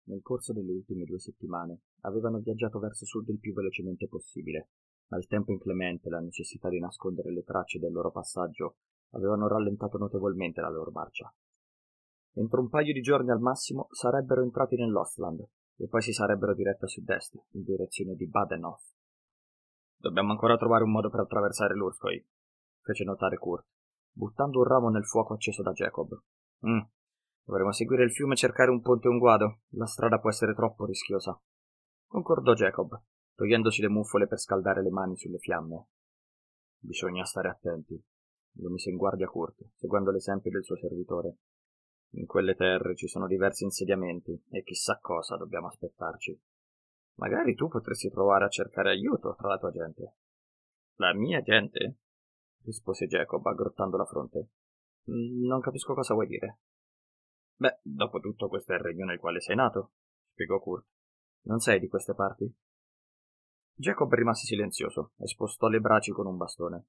nel corso delle ultime 2 settimane, avevano viaggiato verso sud il più velocemente possibile, ma il tempo inclemente e la necessità di nascondere le tracce del loro passaggio avevano rallentato notevolmente la loro marcia. Entro un paio di giorni al massimo sarebbero entrati nell'Ostland e poi si sarebbero diretti a sud-est, in direzione di Badenoch. «Dobbiamo ancora trovare un modo per attraversare l'Urskoy», fece notare Kurt, buttando un ramo nel fuoco acceso da Jacob. Dovremo seguire il fiume e cercare un ponte o un guado. La strada può essere troppo rischiosa», concordò Jacob, togliendosi le muffole per scaldare le mani sulle fiamme. «Bisogna stare attenti», lo mise in guardia Kurt, seguendo l'esempio del suo servitore. «In quelle terre ci sono diversi insediamenti e chissà cosa dobbiamo aspettarci. Magari tu potresti provare a cercare aiuto tra la tua gente». «La mia gente?» rispose Jacob, aggrottando la fronte. «Non capisco cosa vuoi dire». «Beh, dopo tutto questo è il regno nel quale sei nato», spiegò Kurt. «Non sei di queste parti?» Jacob rimase silenzioso e spostò le braccia con un bastone.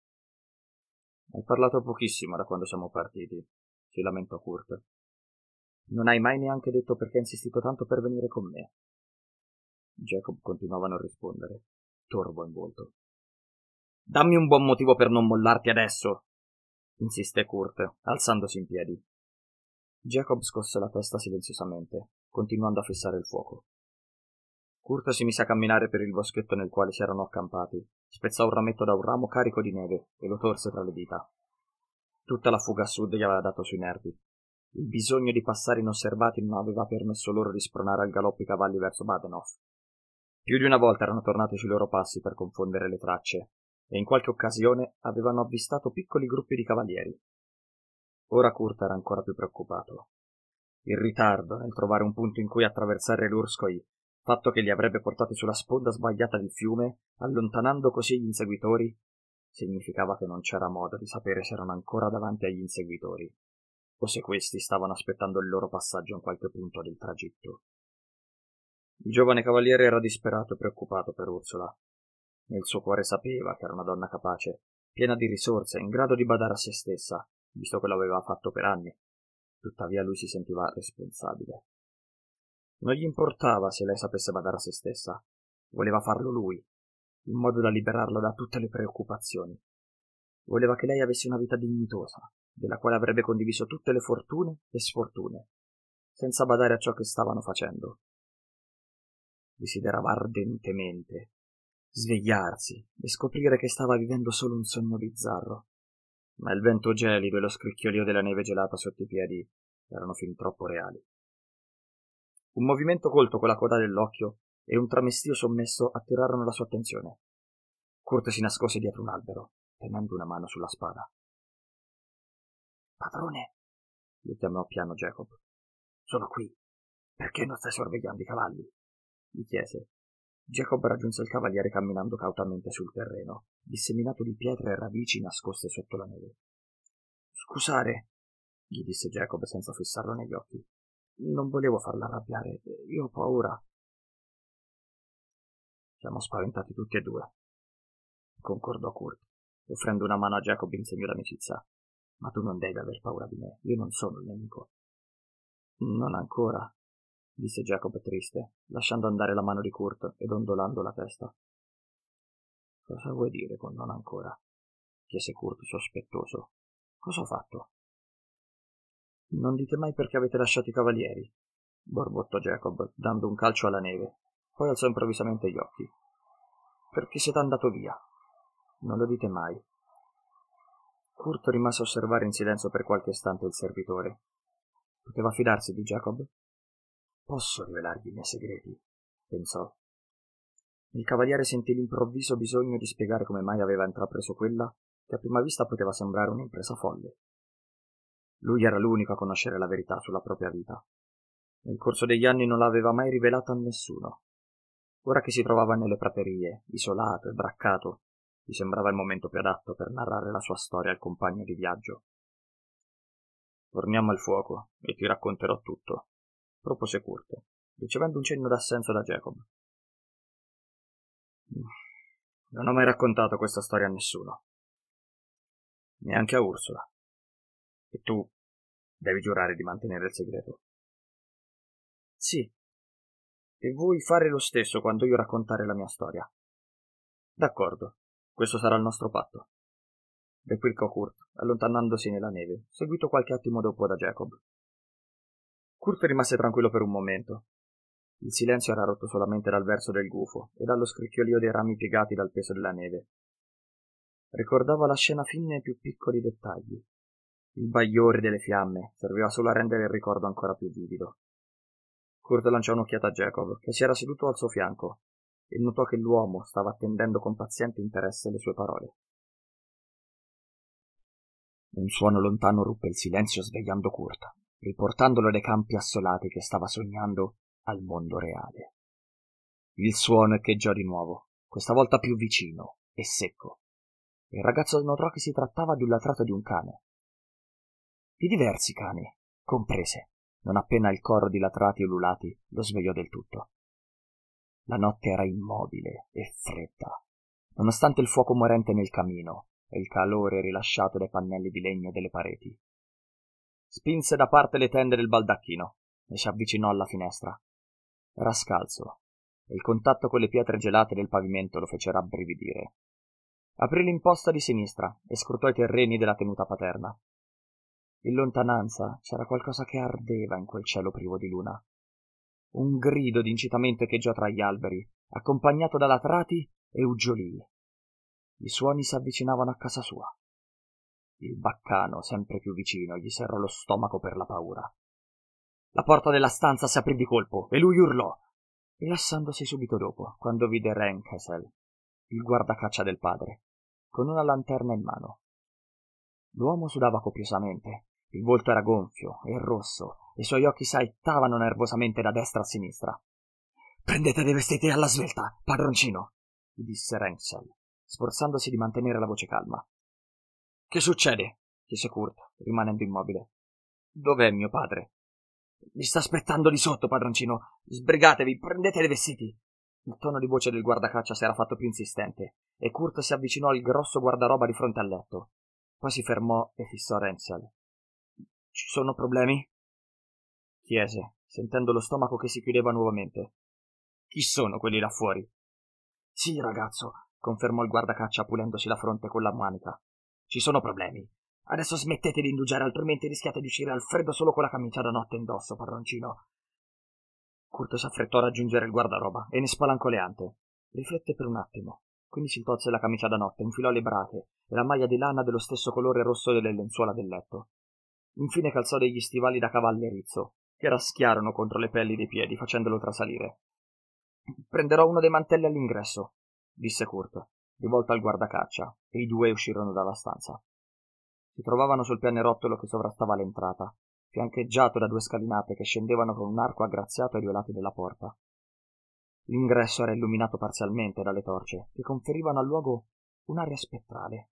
«Hai parlato pochissimo da quando siamo partiti», si lamentò Kurt. «Non hai mai neanche detto perché hai insistito tanto per venire con me». Jacob continuava a non rispondere, torvo in volto. «Dammi un buon motivo per non mollarti adesso», insiste Kurt, alzandosi in piedi. Jacob scosse la testa silenziosamente, continuando a fissare il fuoco. Kurt si mise a camminare per il boschetto nel quale si erano accampati, spezzò un rametto da un ramo carico di neve e lo torse tra le dita. Tutta la fuga a sud gli aveva dato sui nervi. Il bisogno di passare inosservati non aveva permesso loro di spronare al galoppo i cavalli verso Badenoch. Più di una volta erano tornati sui loro passi per confondere le tracce, e in qualche occasione avevano avvistato piccoli gruppi di cavalieri. Ora Kurt era ancora più preoccupato. Il ritardo nel trovare un punto in cui attraversare l'Urskoy, fatto che li avrebbe portati sulla sponda sbagliata del fiume, allontanando così gli inseguitori, significava che non c'era modo di sapere se erano ancora davanti agli inseguitori, o se questi stavano aspettando il loro passaggio in qualche punto del tragitto. Il giovane cavaliere era disperato e preoccupato per Ursula. Nel suo cuore sapeva che era una donna capace, piena di risorse, in grado di badare a se stessa, visto che lo aveva fatto per anni. Tuttavia lui si sentiva responsabile. Non gli importava se lei sapesse badare a se stessa. Voleva farlo lui, in modo da liberarla da tutte le preoccupazioni. Voleva che lei avesse una vita dignitosa, della quale avrebbe condiviso tutte le fortune e sfortune, senza badare a ciò che stavano facendo. Desiderava ardentemente svegliarsi e scoprire che stava vivendo solo un sogno bizzarro, ma il vento gelido e lo scricchiolio della neve gelata sotto i piedi erano fin troppo reali. Un movimento colto con la coda dell'occhio e un tramestio sommesso attirarono la sua attenzione. Kurt si nascose dietro un albero, tenendo una mano sulla spada. «Padrone», lo chiamò piano Jacob. «Sono qui. Perché non stai sorvegliando i cavalli?» gli chiese. Jacob raggiunse il cavaliere camminando cautamente sul terreno, disseminato di pietre e radici nascoste sotto la neve. «Scusare», gli disse Jacob senza fissarlo negli occhi. «Non volevo farla arrabbiare. Io ho paura». «Siamo spaventati tutti e due», concordò Kurt, offrendo una mano a Jacob in segno d'amicizia. «Ma tu non devi aver paura di me. Io non sono il nemico». «Non ancora», disse Jacob triste, lasciando andare la mano di Kurt ed ondolando la testa. «Cosa vuoi dire con non ancora?» chiese Kurt sospettoso. «Cosa ho fatto?» «Non dite mai perché avete lasciato i cavalieri», borbottò Jacob, dando un calcio alla neve. Poi alzò improvvisamente gli occhi. «Perché siete andato via? Non lo dite mai». Kurt rimase a osservare in silenzio per qualche istante il servitore. Poteva fidarsi di Jacob? «Posso rivelargli i miei segreti?» pensò. Il cavaliere sentì l'improvviso bisogno di spiegare come mai aveva intrapreso quella che a prima vista poteva sembrare un'impresa folle. Lui era l'unico a conoscere la verità sulla propria vita. Nel corso degli anni non l'aveva mai rivelata a nessuno. Ora che si trovava nelle praterie, isolato e braccato, gli sembrava il momento più adatto per narrare la sua storia al compagno di viaggio. «Torniamo al fuoco e ti racconterò tutto», propose Kurt, ricevendo un cenno d'assenso da Jacob. «Non ho mai raccontato questa storia a nessuno, neanche a Ursula. E tu devi giurare di mantenere il segreto». «Sì», E vuoi fare lo stesso quando io raccontare la mia storia? D'accordo, questo sarà il nostro patto, replicò Kurt, allontanandosi nella neve, seguito qualche attimo dopo da Jacob. Kurt rimase tranquillo per un momento. Il silenzio era rotto solamente dal verso del gufo e dallo scricchiolio dei rami piegati dal peso della neve. Ricordava la scena fine nei più piccoli dettagli. Il bagliore delle fiamme serviva solo a rendere il ricordo ancora più vivido. Kurt lanciò un'occhiata a Jacob, che si era seduto al suo fianco, e notò che l'uomo stava attendendo con paziente interesse le sue parole. Un suono lontano ruppe il silenzio svegliando Kurt, riportandolo dai campi assolati che stava sognando al mondo reale. Il suono echeggiò di nuovo, questa volta più vicino e secco. Il ragazzo notò che si trattava di un latrato di un cane. Di diversi cani, comprese, non appena il coro di latrati ululati lo svegliò del tutto. La notte era immobile e fredda, nonostante il fuoco morente nel camino e il calore rilasciato dai pannelli di legno delle pareti. Spinse da parte le tende del baldacchino e si avvicinò alla finestra. Era scalzo e il contatto con le pietre gelate del pavimento lo fece rabbrividire. Aprì l'imposta di sinistra e scrutò i terreni della tenuta paterna. In lontananza c'era qualcosa che ardeva in quel cielo privo di luna. Un grido di incitamento echeggiò tra gli alberi, accompagnato da latrati e uggiolii. I suoni si avvicinavano a casa sua. Il baccano, sempre più vicino, gli serrò lo stomaco per la paura. La porta della stanza si aprì di colpo e lui urlò, rilassandosi subito dopo, quando vide Renkesel, il guardacaccia del padre, con una lanterna in mano. L'uomo sudava copiosamente, il volto era gonfio e rosso, e i suoi occhi saettavano nervosamente da destra a sinistra. «Prendete dei vestiti alla svelta, padroncino!» gli disse Renkesel, sforzandosi di mantenere la voce calma. «Che succede?» chiese Kurt, rimanendo immobile. «Dov'è mio padre?» «Mi sta aspettando di sotto, padroncino. Sbrigatevi, prendete dei vestiti!» Il tono di voce del guardacaccia si era fatto più insistente, e Kurt si avvicinò al grosso guardaroba di fronte al letto. Poi si fermò e fissò Renkesel. «Ci sono problemi?» chiese, sentendo lo stomaco che si chiudeva nuovamente. «Chi sono quelli là fuori?» «Sì, ragazzo», confermò il guardacaccia pulendosi la fronte con la manica. «Ci sono problemi. Adesso smettete di indugiare, altrimenti rischiate di uscire al freddo solo con la camicia da notte indosso, padroncino». Kurt s'affrettò a raggiungere il guardaroba e ne spalancò le ante. Riflette per un attimo, quindi si tolse la camicia da notte, infilò le brache e la maglia di lana dello stesso colore rosso delle lenzuola del letto. Infine calzò degli stivali da cavallerizzo, che raschiarono contro le pelli dei piedi, facendolo trasalire. «Prenderò uno dei mantelli all'ingresso», disse Kurt, rivolto al guardacaccia, e i due uscirono dalla stanza. Si trovavano sul pianerottolo che sovrastava l'entrata, fiancheggiato da due scalinate che scendevano con un arco aggraziato ai due lati della porta. L'ingresso era illuminato parzialmente dalle torce, che conferivano al luogo un'aria spettrale.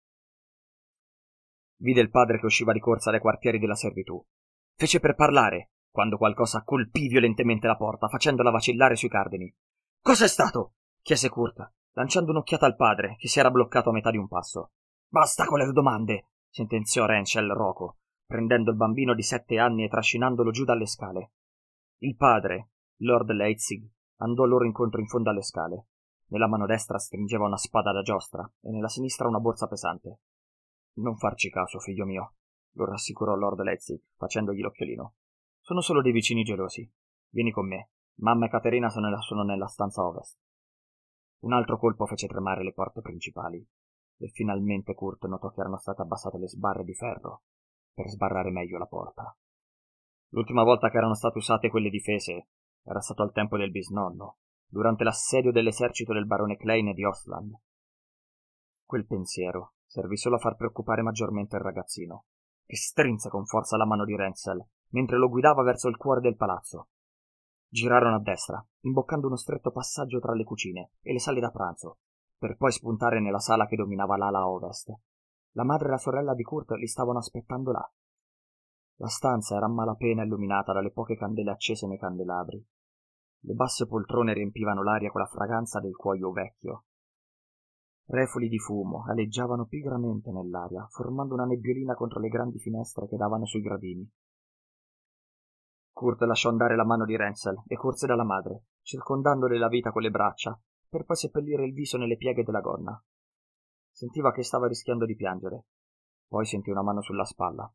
Vide il padre che usciva di corsa dai quartieri della servitù. Fece per parlare, quando qualcosa colpì violentemente la porta, facendola vacillare sui cardini. «Cos'è stato?» chiese Kurt, lanciando un'occhiata al padre, che si era bloccato a metà di un passo. «Basta con le domande!» sentenziò Renkesel roco, prendendo il bambino di 7 anni e trascinandolo giù dalle scale. Il padre, Lord Leitzig, andò loro incontro in fondo alle scale. Nella mano destra stringeva una spada da giostra e nella sinistra una borsa pesante. «Non farci caso, figlio mio», lo rassicurò Lord Leitzig, facendogli l'occhiolino. «Sono solo dei vicini gelosi. Vieni con me. Mamma e Caterina sono nella stanza ovest». Un altro colpo fece tremare le porte principali, e finalmente Kurt notò che erano state abbassate le sbarre di ferro per sbarrare meglio la porta. L'ultima volta che erano state usate quelle difese era stato al tempo del bisnonno, durante l'assedio dell'esercito del barone Klein di Ostland. Quel pensiero servì solo a far preoccupare maggiormente il ragazzino, che strinse con forza la mano di Renkesel mentre lo guidava verso il cuore del palazzo. Girarono a destra, imboccando uno stretto passaggio tra le cucine e le sale da pranzo, per poi spuntare nella sala che dominava l'ala ovest. La madre e la sorella di Kurt li stavano aspettando là. La stanza era a malapena illuminata dalle poche candele accese nei candelabri. Le basse poltrone riempivano l'aria con la fragranza del cuoio vecchio. Refoli di fumo aleggiavano pigramente nell'aria, formando una nebbiolina contro le grandi finestre che davano sui gradini. Kurt lasciò andare la mano di Rensel e corse dalla madre, circondandole la vita con le braccia, per poi seppellire il viso nelle pieghe della gonna. Sentiva che stava rischiando di piangere. Poi sentì una mano sulla spalla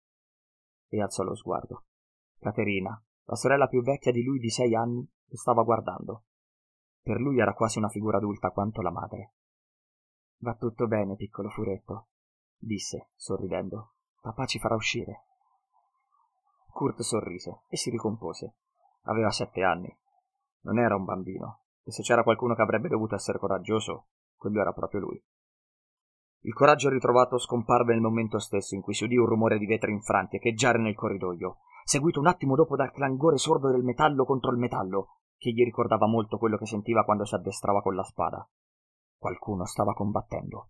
e alzò lo sguardo. Caterina, la sorella più vecchia di lui di 6 anni, lo stava guardando. Per lui era quasi una figura adulta quanto la madre. «Va tutto bene, piccolo furetto», disse, sorridendo. «Papà ci farà uscire». Kurt sorrise e si ricompose. Aveva 7 anni. Non era un bambino, e se c'era qualcuno che avrebbe dovuto essere coraggioso, quello era proprio lui. Il coraggio ritrovato scomparve nel momento stesso in cui si udì un rumore di vetri infranti echeggiare nel corridoio, seguito un attimo dopo dal clangore sordo del metallo contro il metallo, che gli ricordava molto quello che sentiva quando si addestrava con la spada. Qualcuno stava combattendo.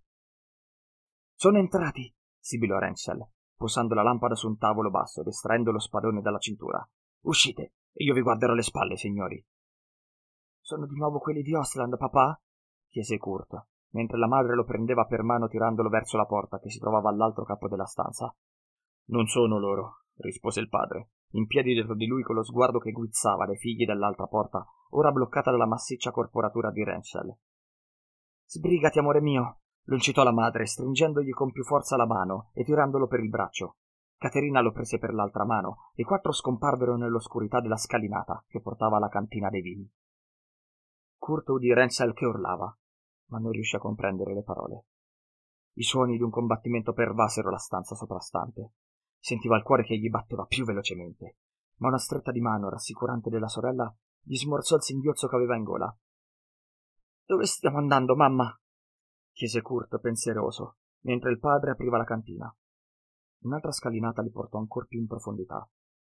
«Sono entrati!» sibilò Rensel, posando la lampada su un tavolo basso ed estraendo lo spadone dalla cintura. «Uscite, e io vi guarderò le spalle, signori!» «Sono di nuovo quelli di Ostland, papà?» chiese Kurt, mentre la madre lo prendeva per mano tirandolo verso la porta che si trovava all'altro capo della stanza. «Non sono loro», rispose il padre, in piedi dietro di lui con lo sguardo che guizzava dai figli dell'altra porta, ora bloccata dalla massiccia corporatura di Rensel. «Sbrigati, amore mio!» lo incitò la madre, stringendogli con più forza la mano e tirandolo per il braccio. Caterina lo prese per l'altra mano e i 4 scomparvero nell'oscurità della scalinata che portava alla cantina dei vini. Kurt udì Rensel che urlava, ma non riuscì a comprendere le parole. I suoni di un combattimento pervasero la stanza soprastante. Sentiva il cuore che gli batteva più velocemente, ma una stretta di mano rassicurante della sorella gli smorzò il singhiozzo che aveva in gola. «Dove stiamo andando, mamma?» chiese Kurt pensieroso, mentre il padre apriva la cantina. Un'altra scalinata li portò ancor più in profondità.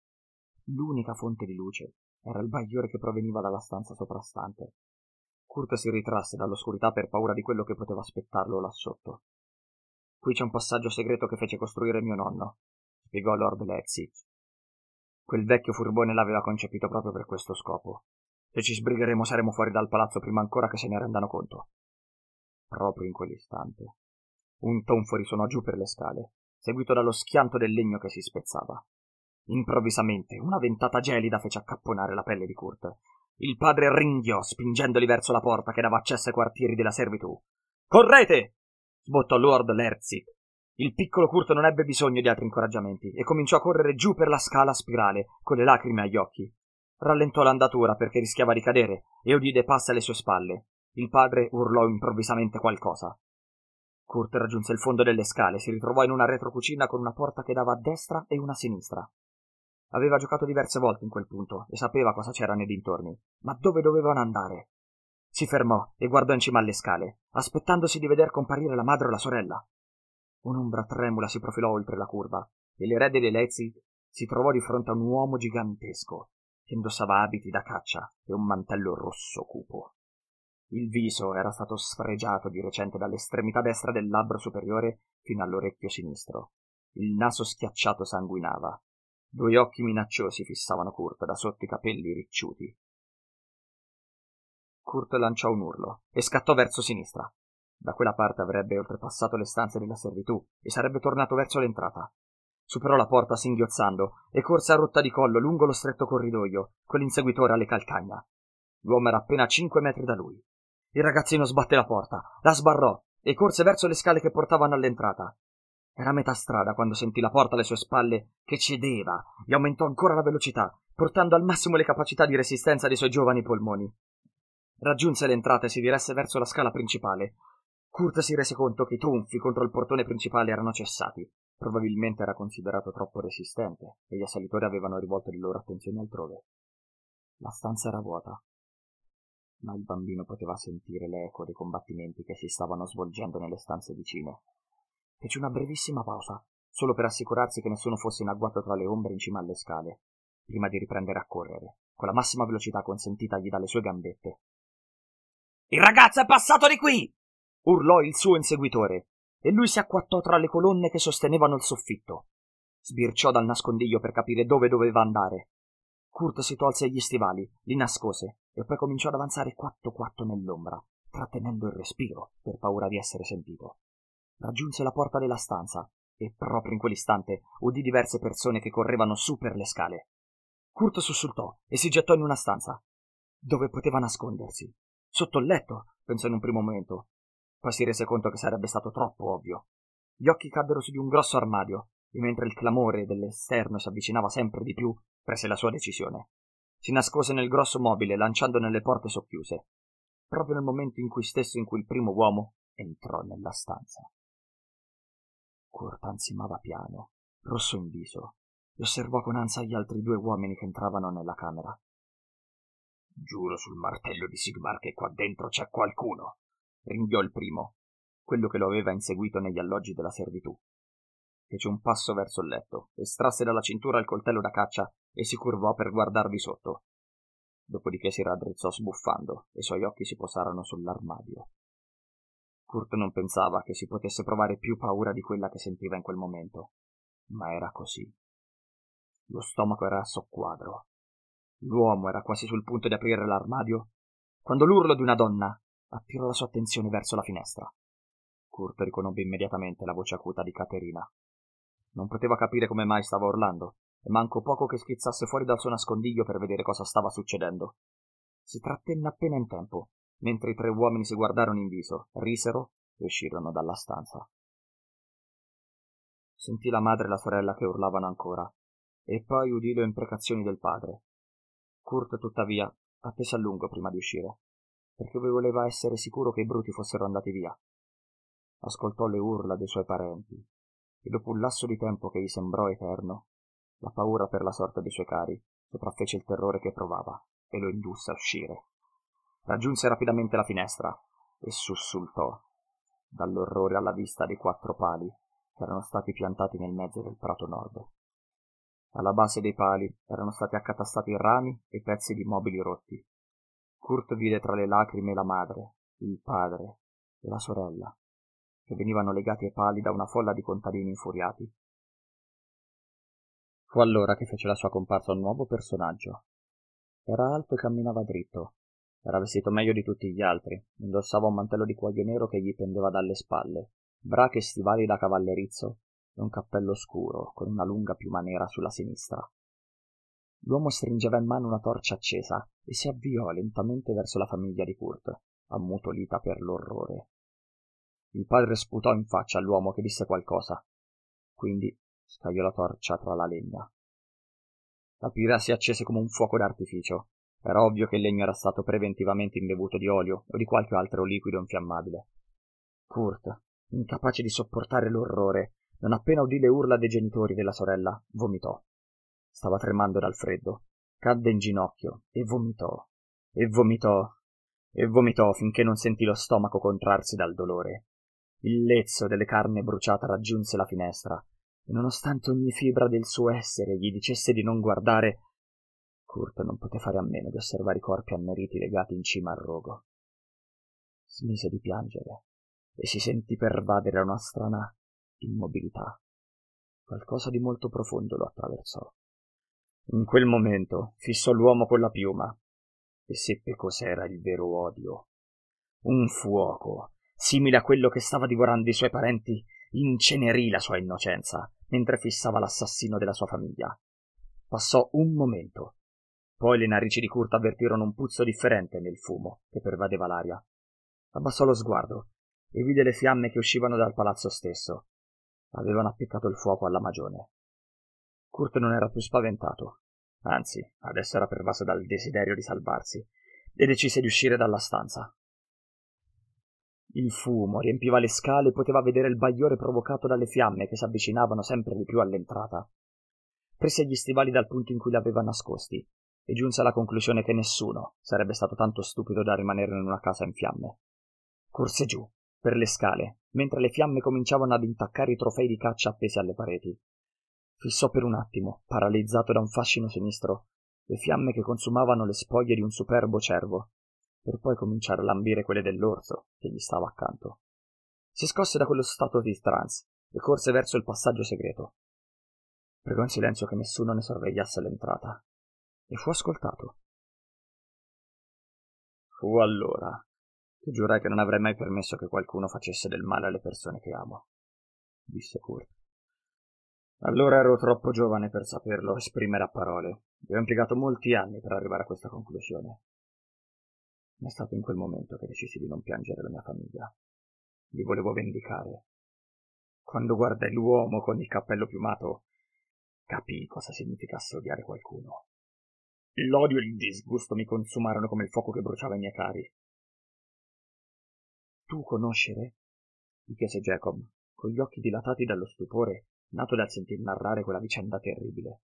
L'unica fonte di luce era il bagliore che proveniva dalla stanza soprastante. Kurt si ritrasse dall'oscurità per paura di quello che poteva aspettarlo là sotto. «Qui c'è un passaggio segreto che fece costruire mio nonno», spiegò Lord Lexit. «Quel vecchio furbone l'aveva concepito proprio per questo scopo. Se ci sbrigheremo saremo fuori dal palazzo prima ancora che se ne rendano conto». Proprio in quell'istante un tonfo risuonò giù per le scale, seguito dallo schianto del legno che si spezzava. Improvvisamente una ventata gelida fece accapponare la pelle di Kurt. Il padre ringhiò, spingendoli verso la porta che dava accesso ai quartieri della servitù. «Correte!» sbottò Lord Lerzit. Il piccolo Kurt non ebbe bisogno di altri incoraggiamenti e cominciò a correre giù per la scala a spirale, con le lacrime agli occhi. Rallentò l'andatura perché rischiava di cadere e udì dei passi alle sue spalle. Il padre urlò improvvisamente qualcosa. Kurt raggiunse il fondo delle scale e si ritrovò in una retrocucina con una porta che dava a destra e una a sinistra. Aveva giocato diverse volte in quel punto e sapeva cosa c'era nei dintorni, ma dove dovevano andare? Si fermò e guardò in cima alle scale, aspettandosi di veder comparire la madre o la sorella. Un'ombra tremula si profilò oltre la curva e l'erede dei Leipzig si trovò di fronte a un uomo gigantesco che indossava abiti da caccia e un mantello rosso cupo. Il viso era stato sfregiato di recente dall'estremità destra del labbro superiore fino all'orecchio sinistro. Il naso schiacciato sanguinava. 2 occhi minacciosi fissavano Kurt da sotto i capelli ricciuti. Kurt lanciò un urlo e scattò verso sinistra. Da quella parte avrebbe oltrepassato le stanze della servitù e sarebbe tornato verso l'entrata. Superò la porta singhiozzando e corse a rotta di collo lungo lo stretto corridoio, con l'inseguitore alle calcagna. L'uomo era appena a 5 metri da lui. Il ragazzino sbatté la porta, la sbarrò e corse verso le scale che portavano all'entrata. Era a metà strada quando sentì la porta alle sue spalle che cedeva e aumentò ancora la velocità, portando al massimo le capacità di resistenza dei suoi giovani polmoni. Raggiunse l'entrata e si diresse verso la scala principale. Kurt si rese conto che i tonfi contro il portone principale erano cessati. Probabilmente era considerato troppo resistente e gli assalitori avevano rivolto le loro attenzioni altrove. La stanza era vuota, ma il bambino poteva sentire l'eco dei combattimenti che si stavano svolgendo nelle stanze vicine. Fece una brevissima pausa, solo per assicurarsi che nessuno fosse in agguato tra le ombre in cima alle scale, prima di riprendere a correre, con la massima velocità consentitagli dalle sue gambette. «Il ragazzo è passato di qui!» urlò il suo inseguitore, e lui si acquattò tra le colonne che sostenevano il soffitto. Sbirciò dal nascondiglio per capire dove doveva andare. Kurt si tolse gli stivali, li nascose e poi cominciò ad avanzare quatto nell'ombra, trattenendo il respiro per paura di essere sentito. Raggiunse la porta della stanza e proprio in quell'istante udì diverse persone che correvano su per le scale. Kurt sussultò e si gettò in una stanza, dove poteva nascondersi. Sotto il letto, pensò in un primo momento. Poi si rese conto che sarebbe stato troppo ovvio. Gli occhi caddero su di un grosso armadio, e mentre il clamore dell'esterno si avvicinava sempre di più, prese la sua decisione. Si nascose nel grosso mobile, lanciandone le porte socchiuse, proprio nel momento in cui il primo uomo entrò nella stanza. Kurt ansimava piano, rosso in viso, e osservò con ansia gli altri 2 uomini che entravano nella camera. «Giuro sul martello di Sigmar che qua dentro c'è qualcuno», ringhiò il primo, quello che lo aveva inseguito negli alloggi della servitù. Fece un passo verso il letto, estrasse dalla cintura il coltello da caccia e si curvò per guardarvi sotto. Dopodiché si raddrizzò sbuffando e i suoi occhi si posarono sull'armadio. Kurt non pensava che si potesse provare più paura di quella che sentiva in quel momento, ma era così. Lo stomaco era a soqquadro. L'uomo era quasi sul punto di aprire l'armadio quando l'urlo di una donna attirò la sua attenzione verso la finestra. Kurt riconobbe immediatamente la voce acuta di Caterina. Non poteva capire come mai stava urlando, e mancò poco che schizzasse fuori dal suo nascondiglio per vedere cosa stava succedendo. Si trattenne appena in tempo, mentre i 3 uomini si guardarono in viso, risero e uscirono dalla stanza. Sentì la madre e la sorella che urlavano ancora, e poi udì le imprecazioni del padre. Kurt, tuttavia, attese a lungo prima di uscire, perché voleva essere sicuro che i bruti fossero andati via. Ascoltò le urla dei suoi parenti, e dopo un lasso di tempo che gli sembrò eterno, la paura per la sorte dei suoi cari sopraffece il terrore che provava e lo indusse a uscire. Raggiunse rapidamente la finestra e sussultò, dall'orrore alla vista dei 4 pali che erano stati piantati nel mezzo del prato nord. Alla base dei pali erano stati accatastati rami e pezzi di mobili rotti. Kurt vide tra le lacrime la madre, il padre e la sorella, che venivano legati ai pali da una folla di contadini infuriati. Fu allora che fece la sua comparsa un nuovo personaggio. Era alto e camminava dritto. Era vestito meglio di tutti gli altri, indossava un mantello di cuoio nero che gli pendeva dalle spalle, brache e stivali da cavallerizzo e un cappello scuro con una lunga piuma nera sulla sinistra. L'uomo stringeva in mano una torcia accesa e si avviò lentamente verso la famiglia di Kurt, ammutolita per l'orrore. Il padre sputò in faccia all'uomo che disse qualcosa, quindi scagliò la torcia tra la legna. La pira si accese come un fuoco d'artificio. Era ovvio che il legno era stato preventivamente imbevuto di olio o di qualche altro liquido infiammabile. Kurt, incapace di sopportare l'orrore, non appena udì le urla dei genitori della sorella, vomitò. Stava tremando dal freddo. Cadde in ginocchio e vomitò, e vomitò, e vomitò finché non sentì lo stomaco contrarsi dal dolore. Il lezzo delle carni bruciata raggiunse la finestra, e nonostante ogni fibra del suo essere gli dicesse di non guardare, Kurt non poté fare a meno di osservare i corpi anneriti legati in cima al rogo. Smise di piangere e si sentì pervadere una strana immobilità. Qualcosa di molto profondo lo attraversò. In quel momento fissò l'uomo con la piuma e seppe cos'era il vero odio. Un fuoco, simile a quello che stava divorando i suoi parenti, incenerì la sua innocenza mentre fissava l'assassino della sua famiglia. Passò un momento. Poi le narici di Kurt avvertirono un puzzo differente nel fumo che pervadeva l'aria. Abbassò lo sguardo e vide le fiamme che uscivano dal palazzo stesso. Avevano appiccato il fuoco alla magione. Kurt non era più spaventato, anzi, adesso era pervaso dal desiderio di salvarsi, e decise di uscire dalla stanza. Il fumo riempiva le scale e poteva vedere il bagliore provocato dalle fiamme che si avvicinavano sempre di più all'entrata. Prese gli stivali dal punto in cui li aveva nascosti e giunse alla conclusione che nessuno sarebbe stato tanto stupido da rimanere in una casa in fiamme. Corse giù, per le scale, mentre le fiamme cominciavano ad intaccare i trofei di caccia appesi alle pareti. Fissò per un attimo, paralizzato da un fascino sinistro, le fiamme che consumavano le spoglie di un superbo cervo, per poi cominciare a lambire quelle dell'orso che gli stava accanto. Si scosse da quello stato di trance e corse verso il passaggio segreto. Pregò in silenzio che nessuno ne sorvegliasse l'entrata, e fu ascoltato. Fu allora che giurai che non avrei mai permesso che qualcuno facesse del male alle persone che amo, disse Kurt. Allora ero troppo giovane per saperlo esprimere a parole e ho impiegato molti anni per arrivare a questa conclusione. È stato in quel momento che decisi di non piangere la mia famiglia. Li volevo vendicare. Quando guardai l'uomo con il cappello piumato, capii cosa significasse odiare qualcuno. L'odio e il disgusto mi consumarono come il fuoco che bruciava i miei cari. Tu conoscere? Mi chiese Jacob, con gli occhi dilatati dallo stupore, nato dal sentir narrare quella vicenda terribile.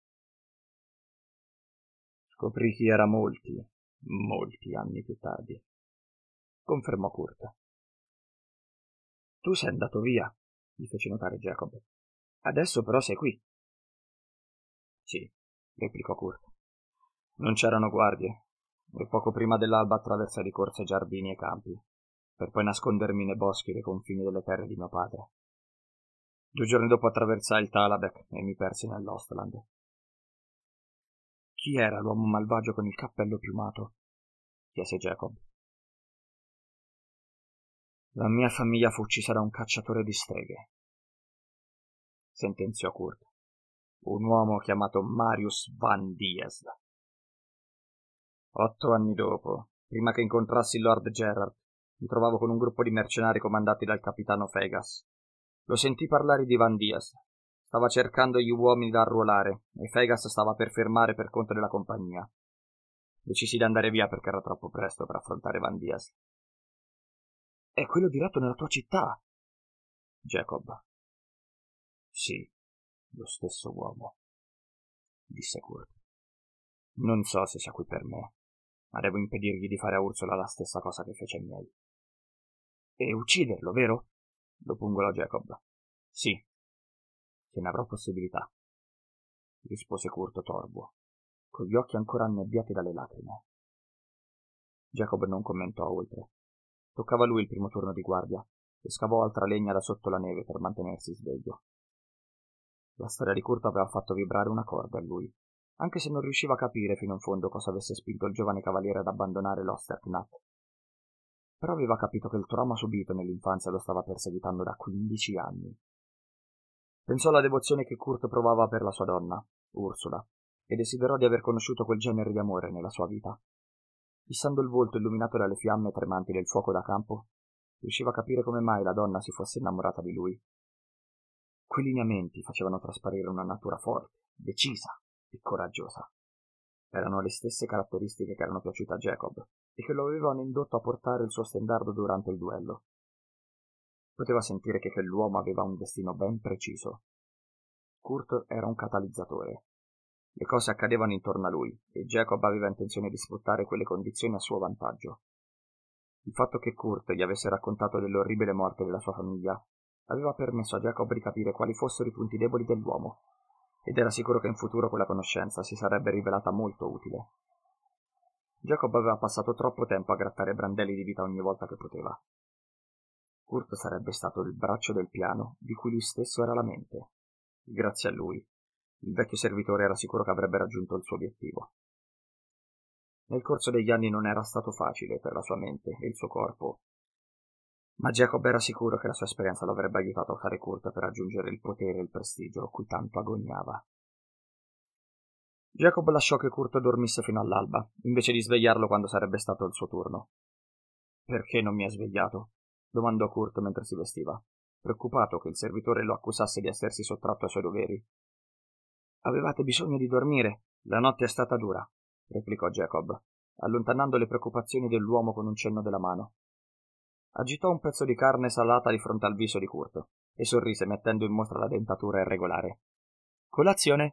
Scoprì chi era molti anni più tardi, confermò Kurt. Tu sei andato via, gli fece notare Jacob. Adesso però sei qui. Sì, replicò Kurt. Non c'erano guardie, e poco prima dell'alba attraversai di corse giardini e campi, per poi nascondermi nei boschi dei confini delle terre di mio padre. 2 giorni dopo attraversai il Talabek e mi persi nell'Ostland. Chi era l'uomo malvagio con il cappello piumato? Chiese Jacob. La mia famiglia fu uccisa da un cacciatore di streghe, sentenziò Kurt. Un uomo chiamato Marius Van Diez. 8 anni dopo, prima che incontrassi Lord Gerard, mi trovavo con un gruppo di mercenari comandati dal capitano Fegas. Lo sentì parlare di Van Diez. Stava cercando gli uomini da arruolare e Fegas stava per fermare per conto della compagnia. Decisi di andare via perché era troppo presto per affrontare Van Diez. È quello diretto nella tua città? Jacob. Sì, lo stesso uomo, disse Kurt. Non so se sia qui per me, ma devo impedirgli di fare a Ursula la stessa cosa che fece ai miei. E ucciderlo, vero? Lo pungolò Jacob. Sì, se ne avrò possibilità, rispose Kurt torvo, con gli occhi ancora annebbiati dalle lacrime. Jacob non commentò oltre. Toccava a lui il primo turno di guardia e scavò altra legna da sotto la neve per mantenersi sveglio. La storia di Kurt aveva fatto vibrare una corda a lui, anche se non riusciva a capire fino in fondo cosa avesse spinto il giovane cavaliere ad abbandonare l'Osterknapp. Però aveva capito che il trauma subito nell'infanzia lo stava perseguitando da 15 anni. Pensò alla devozione che Kurt provava per la sua donna, Ursula, e desiderò di aver conosciuto quel genere di amore nella sua vita. Fissando il volto illuminato dalle fiamme tremanti del fuoco da campo, riusciva a capire come mai la donna si fosse innamorata di lui. Quei lineamenti facevano trasparire una natura forte, decisa e coraggiosa. Erano le stesse caratteristiche che erano piaciute a Jacob e che lo avevano indotto a portare il suo stendardo durante il duello. Poteva sentire che quell'uomo aveva un destino ben preciso. Kurt era un catalizzatore. Le cose accadevano intorno a lui e Jacob aveva intenzione di sfruttare quelle condizioni a suo vantaggio. Il fatto che Kurt gli avesse raccontato dell'orribile morte della sua famiglia aveva permesso a Jacob di capire quali fossero i punti deboli dell'uomo, ed era sicuro che in futuro quella conoscenza si sarebbe rivelata molto utile. Jacob aveva passato troppo tempo a grattare brandelli di vita ogni volta che poteva. Kurt sarebbe stato il braccio del piano di cui lui stesso era la mente. Grazie a lui, il vecchio servitore era sicuro che avrebbe raggiunto il suo obiettivo. Nel corso degli anni non era stato facile per la sua mente e il suo corpo, ma Jacob era sicuro che la sua esperienza lo avrebbe aiutato a fare Kurt per raggiungere il potere e il prestigio a cui tanto agognava. Jacob lasciò che Kurt dormisse fino all'alba, invece di svegliarlo quando sarebbe stato il suo turno. «Perché non mi ha svegliato?» domandò Kurt mentre si vestiva, preoccupato che il servitore lo accusasse di essersi sottratto ai suoi doveri. «Avevate bisogno di dormire. La notte è stata dura», replicò Jacob, allontanando le preoccupazioni dell'uomo con un cenno della mano. Agitò un pezzo di carne salata di fronte al viso di Kurt e sorrise mettendo in mostra la dentatura irregolare. «Colazione?»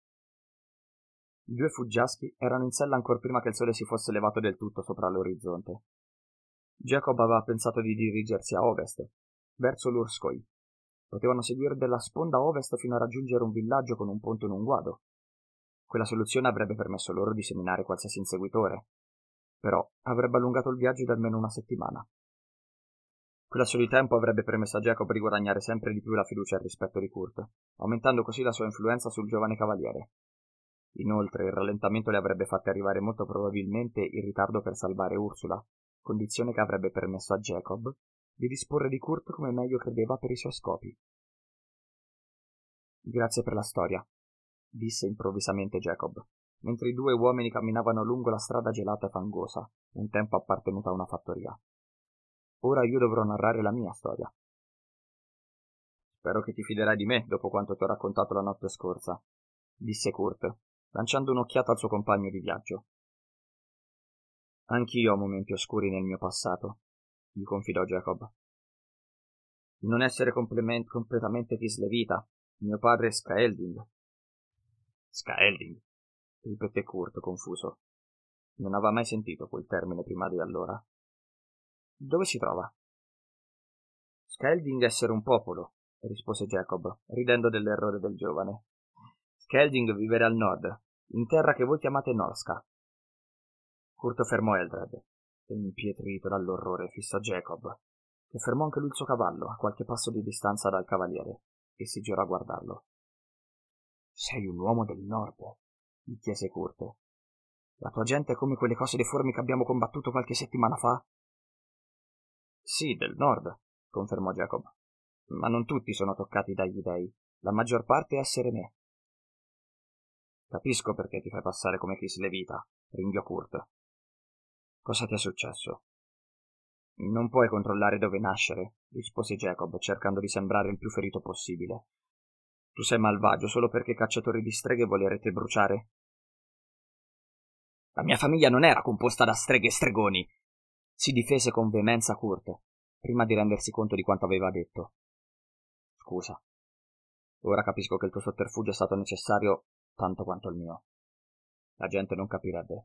I 2 fuggiaschi erano in sella ancor prima che il sole si fosse levato del tutto sopra l'orizzonte. Jacob aveva pensato di dirigersi a ovest, verso l'Urskoi. Potevano seguire dalla sponda ovest fino a raggiungere un villaggio con un ponte in un guado. Quella soluzione avrebbe permesso loro di seminare qualsiasi inseguitore, però avrebbe allungato il viaggio di almeno una settimana. Quel lasso di tempo avrebbe permesso a Jacob di guadagnare sempre di più la fiducia e il rispetto di Kurt, aumentando così la sua influenza sul giovane cavaliere. Inoltre il rallentamento le avrebbe fatte arrivare molto probabilmente in ritardo per salvare Ursula, condizione che avrebbe permesso a Jacob di disporre di Kurt come meglio credeva per i suoi scopi. Grazie per la storia, disse improvvisamente Jacob, mentre i due uomini camminavano lungo la strada gelata e fangosa, un tempo appartenuta a una fattoria. Ora io dovrò narrare la mia storia. Spero che ti fiderai di me dopo quanto ti ho raccontato la notte scorsa, disse Kurt, lanciando un'occhiata al suo compagno di viaggio. Anch'io ho momenti oscuri nel mio passato, gli confidò Jacob. Non essere completamente dislevita. Mio padre è Skaelding. Skaelding? Ripeté Kurt, confuso. Non aveva mai sentito quel termine prima di allora. Dove si trova? Skaelding essere un popolo, rispose Jacob, ridendo dell'errore del giovane. Skaelding vivere al nord, in terra che voi chiamate Norska. Kurt fermò Eldred, e impietrito dall'orrore fissò Jacob, che fermò anche lui il suo cavallo a qualche passo di distanza dal cavaliere, e si girò a guardarlo. Sei un uomo del nord, gli chiese Kurt. La tua gente è come quelle cose deformi che abbiamo combattuto qualche settimana fa? Sì, del nord, confermò Jacob. Ma non tutti sono toccati dagli dei. La maggior parte è essere me. Capisco perché ti fai passare come Kislevita, ringhiò Kurt. Cosa ti è successo? Non puoi controllare dove nascere, rispose Jacob, cercando di sembrare il più ferito possibile. Tu sei malvagio solo perché cacciatori di streghe volerete bruciare? La mia famiglia non era composta da streghe e stregoni, si difese con veemenza Kurt, prima di rendersi conto di quanto aveva detto. Scusa. Ora capisco che il tuo sotterfugio è stato necessario tanto quanto il mio. La gente non capirebbe.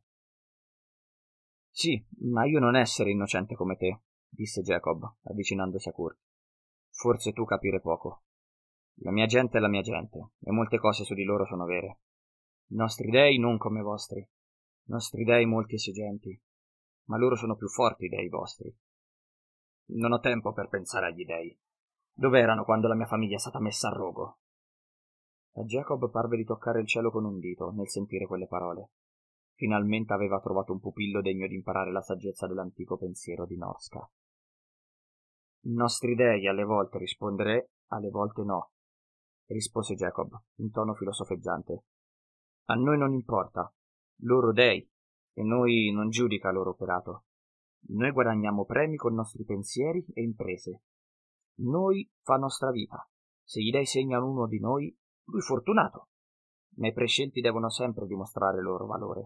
Sì, ma io non essere innocente come te, disse Jacob, avvicinandosi a Kurt. Forse tu capire poco. La mia gente è la mia gente, e molte cose su di loro sono vere. I nostri dei non come i vostri. I nostri dei molti esigenti, ma loro sono più forti dei vostri. Non ho tempo per pensare agli dei. Dove erano quando la mia famiglia è stata messa a rogo? A Jacob parve di toccare il cielo con un dito nel sentire quelle parole. Finalmente aveva trovato un pupillo degno di imparare la saggezza dell'antico pensiero di Norska. I nostri dei alle volte rispondere, alle volte no, rispose Jacob, in tono filosofeggiante. A noi non importa, loro dei, e noi non giudica loro operato. Noi guadagniamo premi con nostri pensieri e imprese. Noi fa nostra vita. Se gli dei segnano uno di noi, lui fortunato. Ma i prescelti devono sempre dimostrare il loro valore.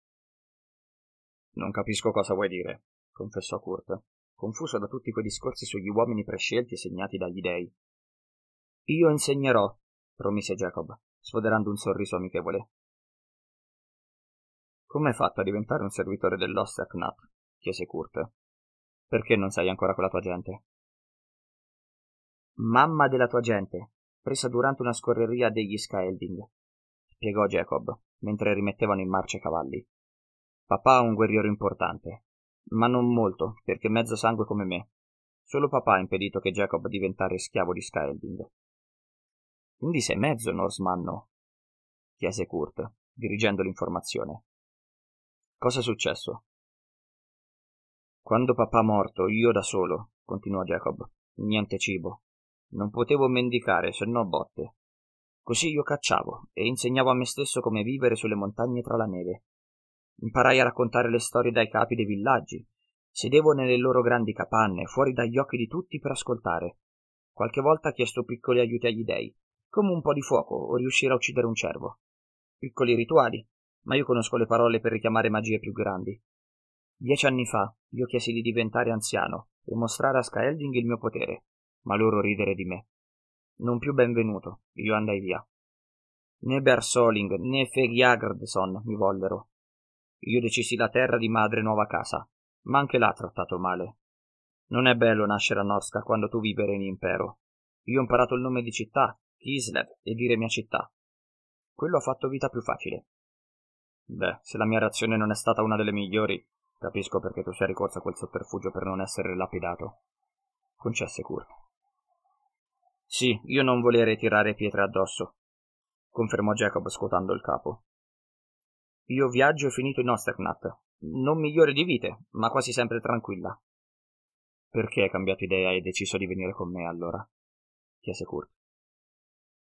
Non capisco cosa vuoi dire, confessò Kurt, confuso da tutti quei discorsi sugli uomini prescelti e segnati dagli dei. Io insegnerò, promise Jacob, sfoderando un sorriso amichevole. Come hai fatto a diventare un servitore dell'Osterknat? Chiese Kurt. Perché non sei ancora con la tua gente? Mamma della tua gente, presa durante una scorreria degli Skaelding, spiegò Jacob, mentre rimettevano in marcia i cavalli. Papà è un guerriero importante, ma non molto, perché mezzo sangue come me. Solo papà ha impedito che Jacob diventare schiavo di Skaelding. Quindi sei mezzo Norsemanno? Chiese Kurt, dirigendo l'informazione. Cosa è successo? Quando papà morto, io da solo, continuò Jacob, niente cibo. Non potevo mendicare, se no botte. Così io cacciavo e insegnavo a me stesso come vivere sulle montagne tra la neve. Imparai a raccontare le storie dai capi dei villaggi. Sedevo nelle loro grandi capanne, fuori dagli occhi di tutti per ascoltare. Qualche volta ho chiesto piccoli aiuti agli dei, come un po' di fuoco o riuscire a uccidere un cervo. Piccoli rituali, ma io conosco le parole per richiamare magie più grandi. 10 anni fa io chiesi di diventare anziano e mostrare a Skaelding il mio potere, ma loro ridere di me. Non più benvenuto, io andai via. Né Bersoling né Fegiagrdson mi vollero. Io decisi la terra di madre nuova casa, ma anche l'ha trattato male. Non è bello nascere a Norska quando tu vivere in impero. Io ho imparato il nome di città, Kislev, e dire mia città. Quello ha fatto vita più facile. Beh, se la mia reazione non è stata una delle migliori, capisco perché tu sei ricorso a quel sotterfugio per non essere lapidato. Concesse Kurt. Sì, io non volere tirare pietre addosso, confermò Jacob scuotando il capo. Io viaggio e finito in Osterknat, non migliore di vite, ma quasi sempre tranquilla. Perché hai cambiato idea e hai deciso di venire con me allora? Chiese Kurt.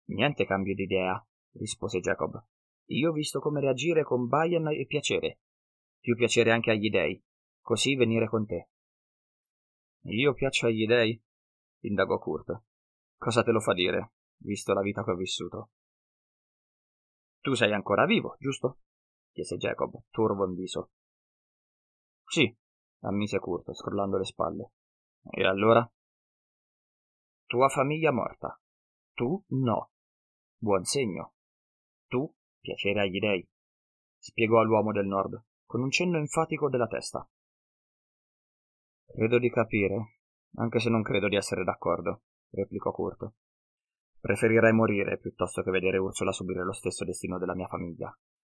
Niente cambio d'idea, rispose Jacob. Io ho visto come reagire con Bayan e piacere. Più piacere anche agli dei. Così venire con te. Io piaccio agli dei? Indagò Kurt. Cosa te lo fa dire, visto la vita che ho vissuto? Tu sei ancora vivo, giusto? Chiese Jacob, turbo in viso. Sì, ammise Kurt, scrollando le spalle. E allora? Tua famiglia morta. Tu no. Buon segno. Tu, piacere agli dei, spiegò all'uomo del nord, con un cenno enfatico della testa. Credo di capire, anche se non credo di essere d'accordo, replicò Kurt. Preferirei morire piuttosto che vedere Ursula subire lo stesso destino della mia famiglia.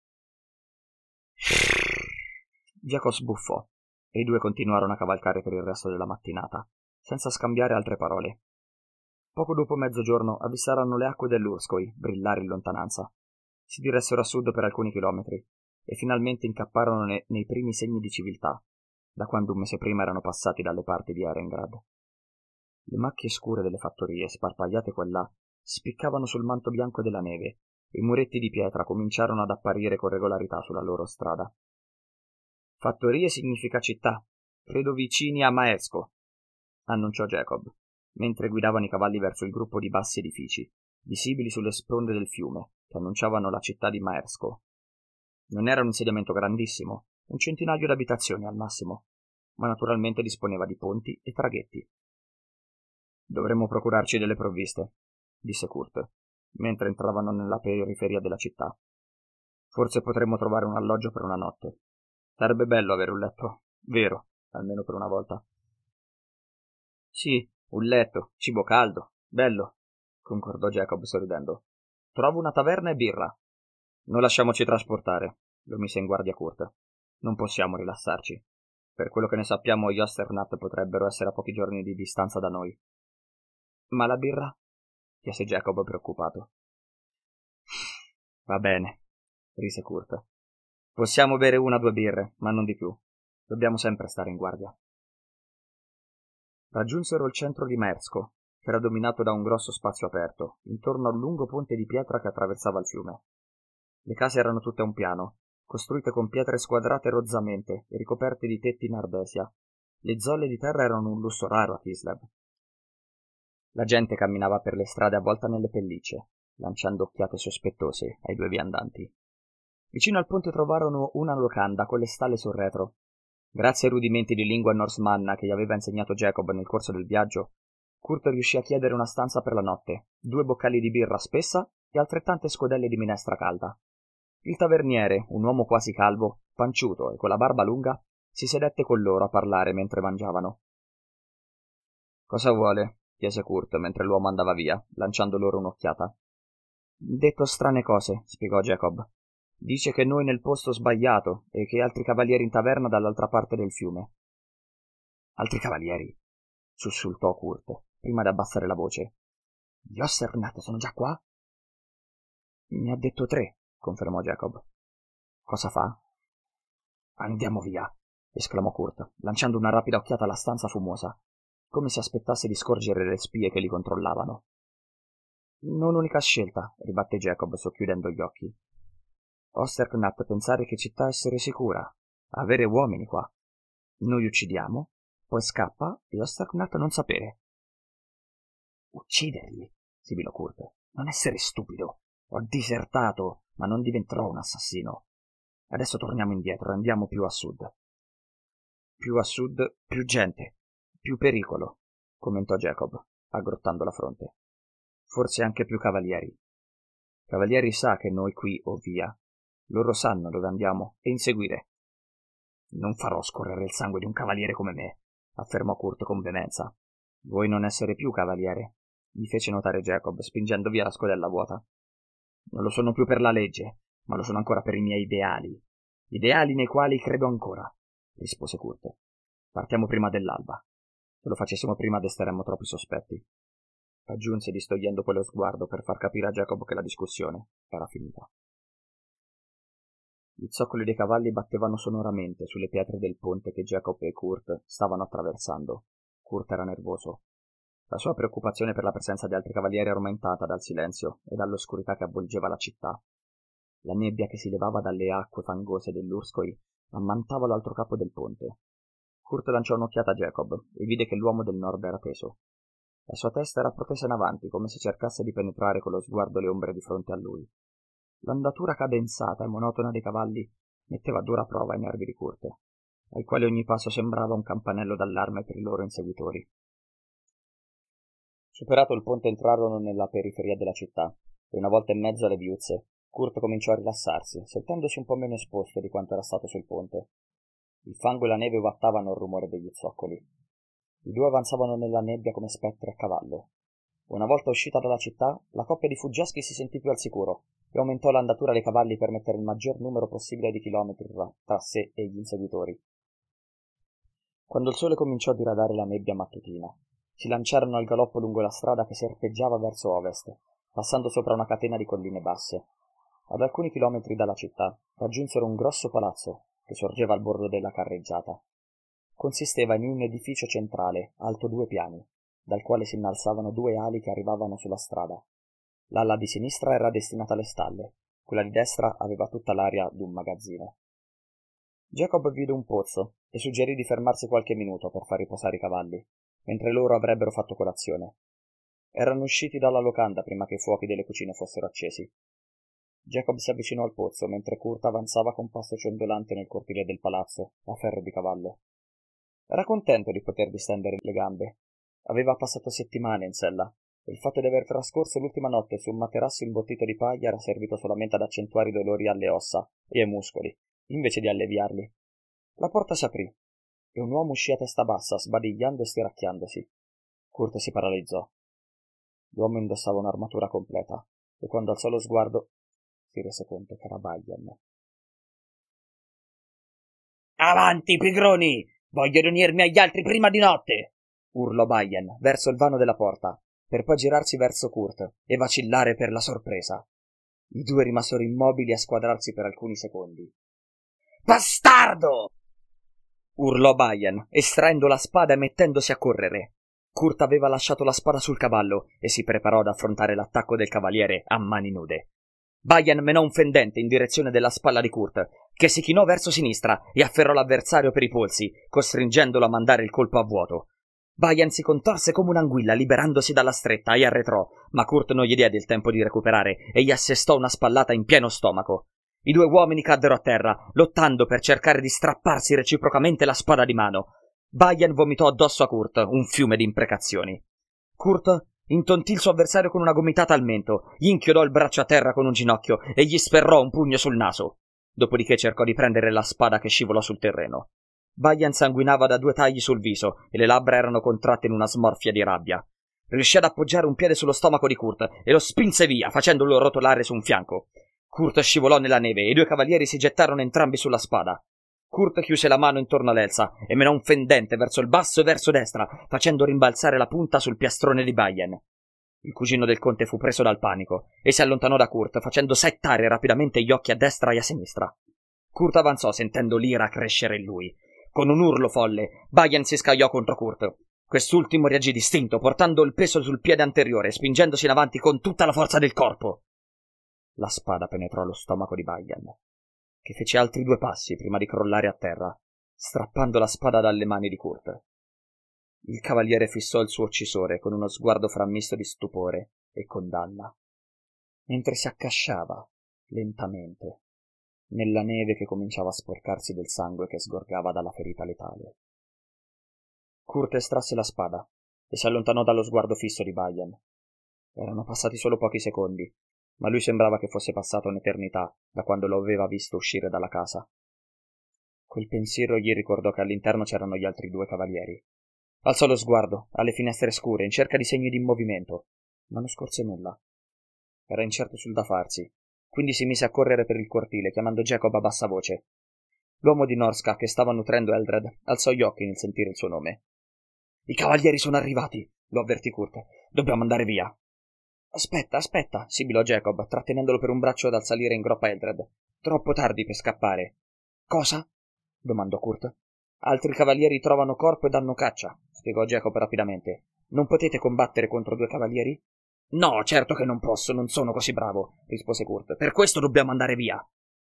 Jacob sbuffò, e i due continuarono a cavalcare per il resto della mattinata, senza scambiare altre parole. Poco dopo mezzogiorno avvistarono le acque dell'Urskoi brillare in lontananza. Si diressero a sud per alcuni chilometri e finalmente incapparono nei primi segni di civiltà, da quando un mese prima erano passati dalle parti di Erengrad. Le macchie scure delle fattorie, sparpagliate qua e là, spiccavano sul manto bianco della neve e i muretti di pietra cominciarono ad apparire con regolarità sulla loro strada. Fattorie significa città, credo vicini a Maersko, annunciò Jacob, mentre guidavano i cavalli verso il gruppo di bassi edifici, visibili sulle sponde del fiume, che annunciavano la città di Maersko. Non era un insediamento grandissimo, un centinaio d'abitazioni al massimo, ma naturalmente disponeva di ponti e traghetti. Dovremmo procurarci delle provviste, disse Kurt, mentre entravano nella periferia della città. Forse potremmo trovare un alloggio per una notte. Sarebbe bello avere un letto, vero, almeno per una volta. Sì, un letto, cibo caldo, bello, concordò Jacob sorridendo. Trovo una taverna e birra. Non lasciamoci trasportare, lo mise in guardia Kurt. Non possiamo rilassarci. Per quello che ne sappiamo, gli Osternat potrebbero essere a pochi giorni di distanza da noi. Ma la birra? Chiese Jacob preoccupato. Va bene, rise Kurt. Possiamo bere 1 o 2 birre, ma non di più. Dobbiamo sempre stare in guardia. Raggiunsero il centro di Maersko, che era dominato da un grosso spazio aperto, intorno a un lungo ponte di pietra che attraversava il fiume. Le case erano tutte a un piano, costruite con pietre squadrate rozzamente e ricoperte di tetti in ardesia. Le zolle di terra erano un lusso raro a Kislev. La gente camminava per le strade avvolta nelle pellicce, lanciando occhiate sospettose ai due viandanti. Vicino al ponte trovarono una locanda con le stalle sul retro. Grazie ai rudimenti di lingua normanna che gli aveva insegnato Jacob nel corso del viaggio, Kurt riuscì a chiedere una stanza per la notte, 2 boccali di birra spessa e altrettante scodelle di minestra calda. Il taverniere, un uomo quasi calvo, panciuto e con la barba lunga, si sedette con loro a parlare mentre mangiavano. Cosa vuole? Chiese Kurt mentre l'uomo andava via, lanciando loro un'occhiata. Detto strane cose, spiegò Jacob. Dice che noi nel posto sbagliato e che altri cavalieri in taverna dall'altra parte del fiume. Altri cavalieri? Sussultò Kurt, prima di abbassare la voce. Gli Osternat sono già qua? Mi ha detto 3, confermò Jacob. Cosa fa? Andiamo via, esclamò Kurt, lanciando una rapida occhiata alla stanza fumosa, come se aspettasse di scorgere le spie che li controllavano. Non unica scelta, ribatte Jacob socchiudendo gli occhi. Osternat pensare che città essere sicura, avere uomini qua. Noi uccidiamo, poi scappa e Osternat non sapere. Ucciderli, sibilò Kurt. Non essere stupido. Ho disertato, ma non diventerò un assassino. Adesso torniamo indietro e andiamo più a sud. Più a sud, più gente, più pericolo, commentò Jacob, aggrottando la fronte. Forse anche più cavalieri. Cavalieri sa che noi qui o via. Loro sanno dove andiamo e inseguire. Non farò scorrere il sangue di un cavaliere come me, affermò Kurt con veemenza. Vuoi non essere più cavaliere? Gli fece notare Jacob, spingendo via la scodella vuota. Non lo sono più per la legge, ma lo sono ancora per i miei ideali. Ideali nei quali credo ancora, rispose Kurt. Partiamo prima dell'alba. Se lo facessimo prima desteremmo troppi sospetti. Aggiunse distogliendo poi lo sguardo per far capire a Jacob che la discussione era finita. I zoccoli dei cavalli battevano sonoramente sulle pietre del ponte che Jacob e Kurt stavano attraversando. Kurt era nervoso. La sua preoccupazione per la presenza di altri cavalieri era aumentata dal silenzio e dall'oscurità che avvolgeva la città. La nebbia che si levava dalle acque fangose dell'Urskoi ammantava l'altro capo del ponte. Kurt lanciò un'occhiata a Jacob e vide che l'uomo del nord era teso. La sua testa era protesa in avanti, come se cercasse di penetrare con lo sguardo le ombre di fronte a lui. L'andatura cadenzata e monotona dei cavalli metteva a dura prova i nervi di Kurt, ai quali ogni passo sembrava un campanello d'allarme per i loro inseguitori. Superato il ponte entrarono nella periferia della città, e una volta in mezzo alle viuzze, Kurt cominciò a rilassarsi, sentendosi un po' meno esposto di quanto era stato sul ponte. Il fango e la neve ovattavano il rumore degli zoccoli. I due avanzavano nella nebbia come spettri a cavallo. Una volta uscita dalla città, la coppia di fuggiaschi si sentì più al sicuro e aumentò l'andatura dei cavalli per mettere il maggior numero possibile di chilometri tra sé e gli inseguitori. Quando il sole cominciò a diradare la nebbia mattutina, si lanciarono al galoppo lungo la strada che serpeggiava verso ovest, passando sopra una catena di colline basse. Ad alcuni chilometri dalla città raggiunsero un grosso palazzo che sorgeva al bordo della carreggiata. Consisteva in un edificio centrale, alto 2 piani, dal quale si innalzavano 2 ali che arrivavano sulla strada. L'ala di sinistra era destinata alle stalle, quella di destra aveva tutta l'aria d'un magazzino. Jacob vide un pozzo e suggerì di fermarsi qualche minuto per far riposare i cavalli, mentre loro avrebbero fatto colazione. Erano usciti dalla locanda prima che i fuochi delle cucine fossero accesi. Jacob si avvicinò al pozzo mentre Kurt avanzava con passo ciondolante nel cortile del palazzo, a ferro di cavallo. Era contento di poter distendere le gambe. Aveva passato settimane in sella, e il fatto di aver trascorso l'ultima notte su un materasso imbottito di paglia era servito solamente ad accentuare i dolori alle ossa e ai muscoli, invece di alleviarli. La porta si aprì, e un uomo uscì a testa bassa, sbadigliando e stiracchiandosi. Kurt si paralizzò. L'uomo indossava un'armatura completa, e quando alzò lo sguardo si rese conto che era Bayen. «Avanti, pigroni! Voglio riunirmi agli altri prima di notte!» urlò Bayen verso il vano della porta, per poi girarsi verso Kurt e vacillare per la sorpresa. I due rimasero immobili a squadrarsi per alcuni secondi. «Bastardo!» urlò Bayen, estraendo la spada e mettendosi a correre. Kurt aveva lasciato la spada sul cavallo e si preparò ad affrontare l'attacco del cavaliere a mani nude. Bayen menò un fendente in direzione della spalla di Kurt, che si chinò verso sinistra e afferrò l'avversario per i polsi, costringendolo a mandare il colpo a vuoto. Bayen si contorse come un'anguilla, liberandosi dalla stretta, e arretrò, ma Kurt non gli diede il tempo di recuperare e gli assestò una spallata in pieno stomaco. I due uomini caddero a terra, lottando per cercare di strapparsi reciprocamente la spada di mano. Bayen vomitò addosso a Kurt un fiume di imprecazioni. Kurt intontì il suo avversario con una gomitata al mento, gli inchiodò il braccio a terra con un ginocchio e gli sferrò un pugno sul naso. Dopodiché cercò di prendere la spada che scivolò sul terreno. Bayen sanguinava da 2 tagli sul viso e le labbra erano contratte in una smorfia di rabbia. Riuscì ad appoggiare un piede sullo stomaco di Kurt e lo spinse via, facendolo rotolare su un fianco. Kurt scivolò nella neve e i 2 cavalieri si gettarono entrambi sulla spada. Kurt chiuse la mano intorno all'elsa e menò un fendente verso il basso e verso destra, facendo rimbalzare la punta sul piastrone di Bayen. Il cugino del conte fu preso dal panico e si allontanò da Kurt, facendo settare rapidamente gli occhi a destra e a sinistra. Kurt avanzò, sentendo l'ira crescere in lui. Con un urlo folle, Bayen si scagliò contro Kurt. Quest'ultimo reagì distinto, portando il peso sul piede anteriore e spingendosi in avanti con tutta la forza del corpo. La spada penetrò lo stomaco di Bayen, che fece altri 2 passi prima di crollare a terra, strappando la spada dalle mani di Kurt. Il cavaliere fissò il suo uccisore con uno sguardo frammisto di stupore e condanna, mentre si accasciava, lentamente, nella neve che cominciava a sporcarsi del sangue che sgorgava dalla ferita letale. Kurt estrasse la spada e si allontanò dallo sguardo fisso di Bayen. Erano passati solo pochi secondi, ma lui sembrava che fosse passata un'eternità da quando lo aveva visto uscire dalla casa. Quel pensiero gli ricordò che all'interno c'erano gli altri 2 cavalieri. Alzò lo sguardo alle finestre scure in cerca di segni di movimento, ma non scorse nulla. Era incerto sul da farsi, quindi si mise a correre per il cortile, chiamando Jacob a bassa voce. L'uomo di Norska, che stava nutrendo Eldred, alzò gli occhi nel sentire il suo nome. «I cavalieri sono arrivati», lo avvertì Kurt. «Dobbiamo andare via». Aspetta, sibilò Jacob, trattenendolo per un braccio dal salire in groppa Eldred. «Troppo tardi per scappare». «Cosa?» domandò Kurt. «Altri cavalieri trovano corpo e danno caccia», spiegò Jacob rapidamente. Non potete combattere contro 2 cavalieri? No, certo che non posso, non sono così bravo, rispose Kurt. Per questo dobbiamo andare via.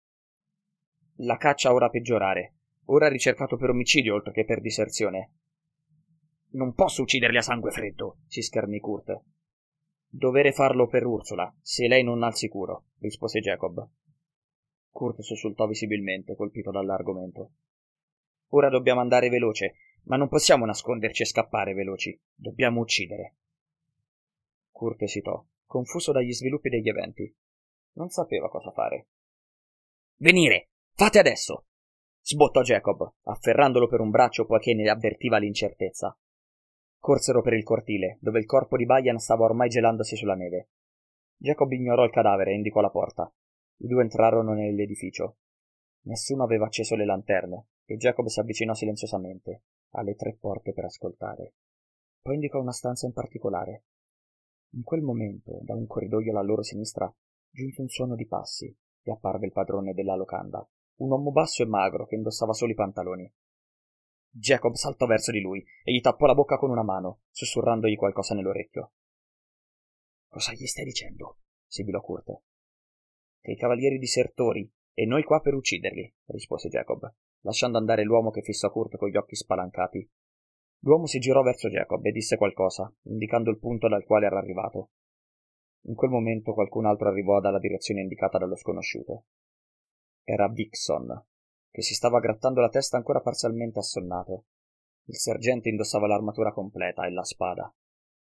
La caccia ora a peggiorare. Ora ricercato per omicidio oltre che per diserzione. Non posso ucciderli a sangue freddo, si schernì Kurt. Dovere farlo per Ursula, se lei non ha il sicuro, rispose Jacob. Kurt sussultò visibilmente, colpito dall'argomento. Ora dobbiamo andare veloce, ma non possiamo nasconderci e scappare veloci. Dobbiamo uccidere. Kurt esitò, confuso dagli sviluppi degli eventi. Non sapeva cosa fare. Venire! Fate adesso! Sbottò Jacob, afferrandolo per un braccio poiché ne avvertiva l'incertezza. Corsero per il cortile, dove il corpo di Bayan stava ormai gelandosi sulla neve. Jacob ignorò il cadavere e indicò la porta. I 2 entrarono nell'edificio. Nessuno aveva acceso le lanterne, e Jacob si avvicinò silenziosamente alle 3 porte per ascoltare. Poi indicò una stanza in particolare. In quel momento, da un corridoio alla loro sinistra, giunse un suono di passi e apparve il padrone della locanda, un uomo basso e magro che indossava solo i pantaloni. Jacob saltò verso di lui e gli tappò la bocca con una mano, sussurrandogli qualcosa nell'orecchio. Cosa gli stai dicendo? Sibilò Kurt. Che i cavalieri disertori e noi qua per ucciderli, rispose Jacob, lasciando andare l'uomo che fissò Kurt con gli occhi spalancati. L'uomo si girò verso Jacob e disse qualcosa, indicando il punto dal quale era arrivato. In quel momento qualcun altro arrivò dalla direzione indicata dallo sconosciuto. Era Vixon, che si stava grattando la testa ancora parzialmente assonnato. Il sergente indossava l'armatura completa e la spada.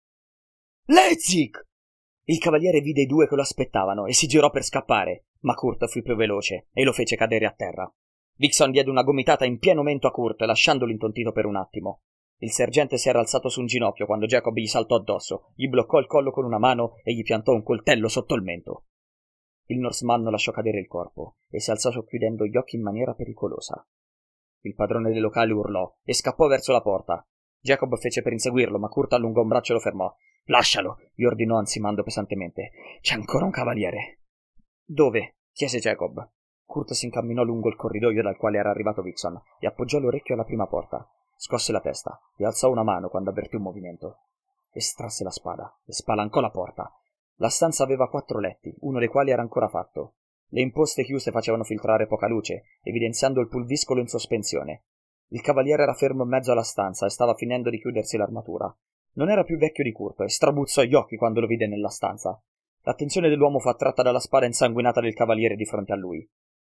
Leipzig! Il cavaliere vide i 2 che lo aspettavano e si girò per scappare, ma Kurt fu più veloce e lo fece cadere a terra. Vixon diede una gomitata in pieno mento a Kurt, lasciandolo intontito per un attimo. Il sergente si era alzato su un ginocchio quando Jacob gli saltò addosso, gli bloccò il collo con una mano e gli piantò un coltello sotto il mento. Il norsemanno lasciò cadere il corpo e si alzò socchiudendo gli occhi in maniera pericolosa. Il padrone del locale urlò e scappò verso la porta. Jacob fece per inseguirlo, ma Kurt allungò un braccio e lo fermò. Lascialo, gli ordinò ansimando pesantemente. C'è ancora un cavaliere. Dove? Chiese Jacob. Kurt si incamminò lungo il corridoio dal quale era arrivato Vixon e appoggiò l'orecchio alla prima porta. Scosse la testa e alzò una mano quando avvertì un movimento. Estrasse la spada e spalancò la porta. La stanza aveva 4 letti, uno dei quali era ancora fatto. Le imposte chiuse facevano filtrare poca luce, evidenziando il pulviscolo in sospensione. Il cavaliere era fermo in mezzo alla stanza e stava finendo di chiudersi l'armatura. Non era più vecchio di Kurt e strabuzzò gli occhi quando lo vide nella stanza. L'attenzione dell'uomo fu attratta dalla spada insanguinata del cavaliere di fronte a lui.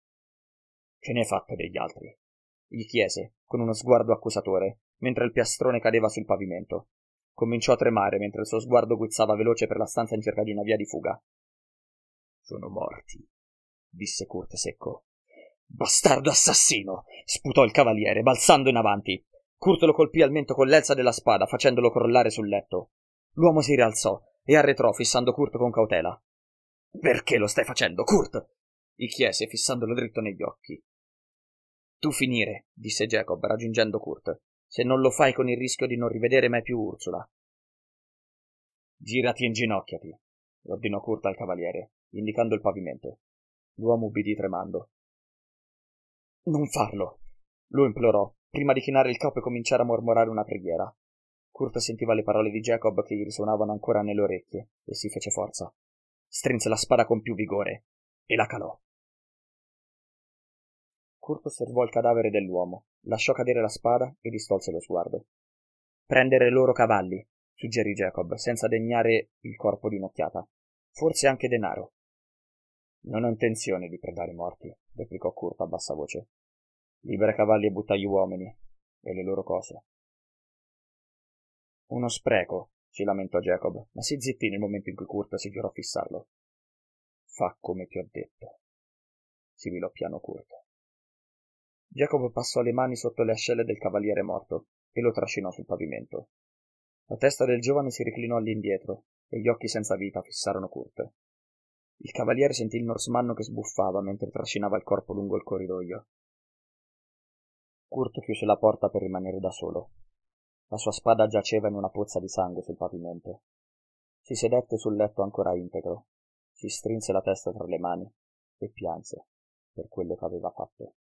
Che ne hai fatto degli altri? Gli chiese, con uno sguardo accusatore, mentre il piastrone cadeva sul pavimento. Cominciò a tremare mentre il suo sguardo guizzava veloce per la stanza in cerca di una via di fuga. Sono morti, disse Kurt secco. Bastardo assassino! Sputò il cavaliere, balzando in avanti. Kurt lo colpì al mento con l'elsa della spada, facendolo crollare sul letto. L'uomo si rialzò e arretrò, fissando Kurt con cautela. Perché lo stai facendo, Kurt? Gli chiese, fissandolo dritto negli occhi. Tu finire, disse Jacob, raggiungendo Kurt, se non lo fai con il rischio di non rivedere mai più Ursula. Girati e inginocchiati, ordinò Kurt al cavaliere, indicando il pavimento. L'uomo ubbidì tremando. Non farlo, lo implorò, prima di chinare il capo e cominciare a mormorare una preghiera. Kurt sentiva le parole di Jacob che gli risuonavano ancora nelle orecchie e si fece forza. Strinse la spada con più vigore e la calò. Kurt osservò il cadavere dell'uomo, lasciò cadere la spada e distolse lo sguardo. Prendere i loro cavalli, suggerì Jacob, senza degnare il corpo di un'occhiata. Forse anche denaro. Non ho intenzione di predare i morti, replicò Kurt a bassa voce. Libera i cavalli e butta gli uomini e le loro cose. Uno spreco, si lamentò Jacob, ma si zittì nel momento in cui Kurt si girò a fissarlo. Fa come ti ho detto, sibilò piano Kurt. Jacob passò le mani sotto le ascelle del cavaliere morto e lo trascinò sul pavimento. La testa del giovane si reclinò all'indietro e gli occhi senza vita fissarono Kurt. Il cavaliere sentì il norsemanno che sbuffava mentre trascinava il corpo lungo il corridoio. Kurt chiuse la porta per rimanere da solo. La sua spada giaceva in una pozza di sangue sul pavimento. Si sedette sul letto ancora integro, si strinse la testa tra le mani e pianse per quello che aveva fatto.